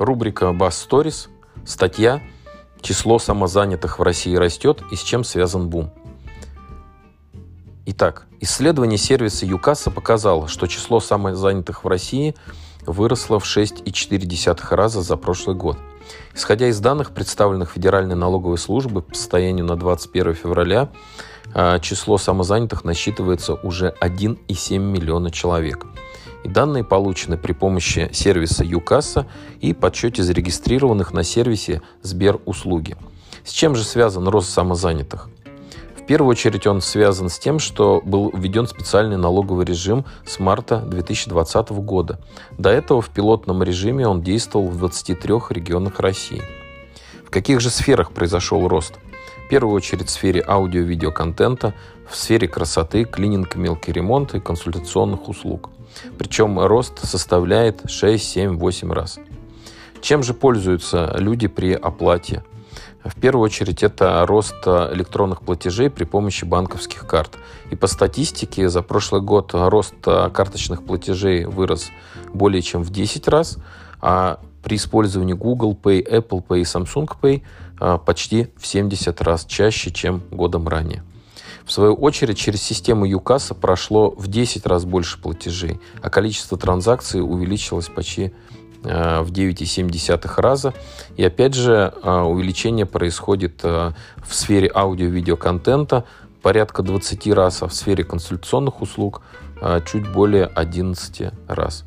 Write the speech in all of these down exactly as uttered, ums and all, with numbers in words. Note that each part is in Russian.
Рубрика Bass Stories. Статья «Число самозанятых в России растет и с чем связан бум». Итак, исследование сервиса ЮКасса показало, что число самозанятых в России выросло в шесть целых четыре десятых раза за прошлый год. Исходя из данных, представленных Федеральной налоговой службой по состоянию на двадцать первое февраля, число самозанятых насчитывается уже один целых семь десятых миллиона человек. И данные получены при помощи сервиса ЮКасса и подсчете зарегистрированных на сервисе Сберуслуги. С чем же связан рост самозанятых? В первую очередь он связан с тем, что был введен специальный налоговый режим с марта две тысячи двадцатого года. До этого в пилотном режиме он действовал в двадцати трёх регионах России. В каких же сферах произошел рост? В первую очередь в сфере аудио-видеоконтента, в сфере красоты, клининг, мелкий ремонт и консультационных услуг. Причем рост составляет шесть, семь, восемь раз. Чем же пользуются люди при оплате? В первую очередь это рост электронных платежей при помощи банковских карт. И по статистике за прошлый год рост карточных платежей вырос более чем в десять раз, а при использовании Google Pay, Apple Pay и Samsung Pay почти в семьдесят раз чаще, чем годом ранее. В свою очередь, через систему ЮКасса прошло в десять раз больше платежей, а количество транзакций увеличилось почти в девять целых семь десятых раза. И опять же, увеличение происходит в сфере аудио-видеоконтента порядка двадцати раз, а в сфере консультационных услуг чуть более одиннадцати раз.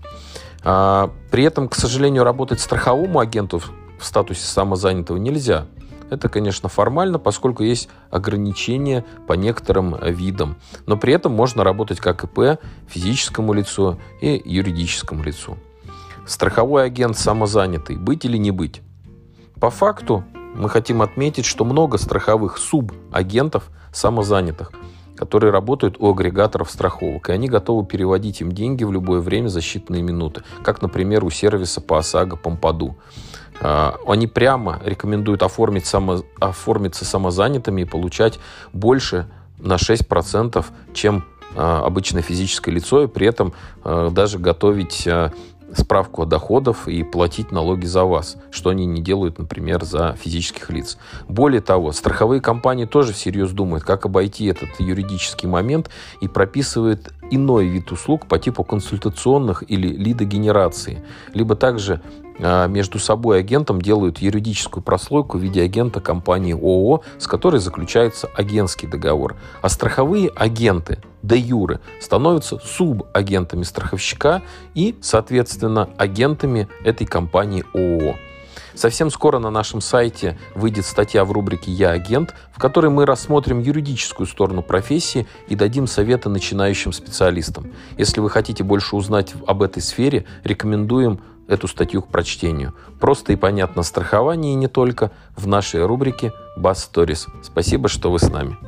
При этом, к сожалению, работать страховому агенту в статусе самозанятого нельзя. Это, конечно, формально, поскольку есть ограничения по некоторым видам. Но при этом можно работать как ИП, физическому лицу и юридическому лицу. Страховой агент самозанятый, быть или не быть? По факту мы хотим отметить, что много страховых субагентов самозанятых, которые работают у агрегаторов страховок, и они готовы переводить им деньги в любое время за считанные минуты, как, например, у сервиса по ОСАГО Помпаду. Они прямо рекомендуют оформить само, оформиться самозанятыми и получать больше на шесть процентов, чем обычное физическое лицо, и при этом даже готовить справку о доходах и платить налоги за вас, что они не делают, например, за физических лиц. Более того, страховые компании тоже всерьез думают, как обойти этот юридический момент и прописывают иной вид услуг по типу консультационных или лидогенерации, либо также между собой агентом делают юридическую прослойку в виде агента компании ООО, с которой заключается агентский договор. А страховые агенты де юре становятся субагентами страховщика и, соответственно, агентами этой компании ООО. Совсем скоро на нашем сайте выйдет статья в рубрике «Я агент», в которой мы рассмотрим юридическую сторону профессии и дадим советы начинающим специалистам. Если вы хотите больше узнать об этой сфере, рекомендуем эту статью к прочтению. Просто и понятно страхование и не только в нашей рубрике Bass Stories. Спасибо, что вы с нами.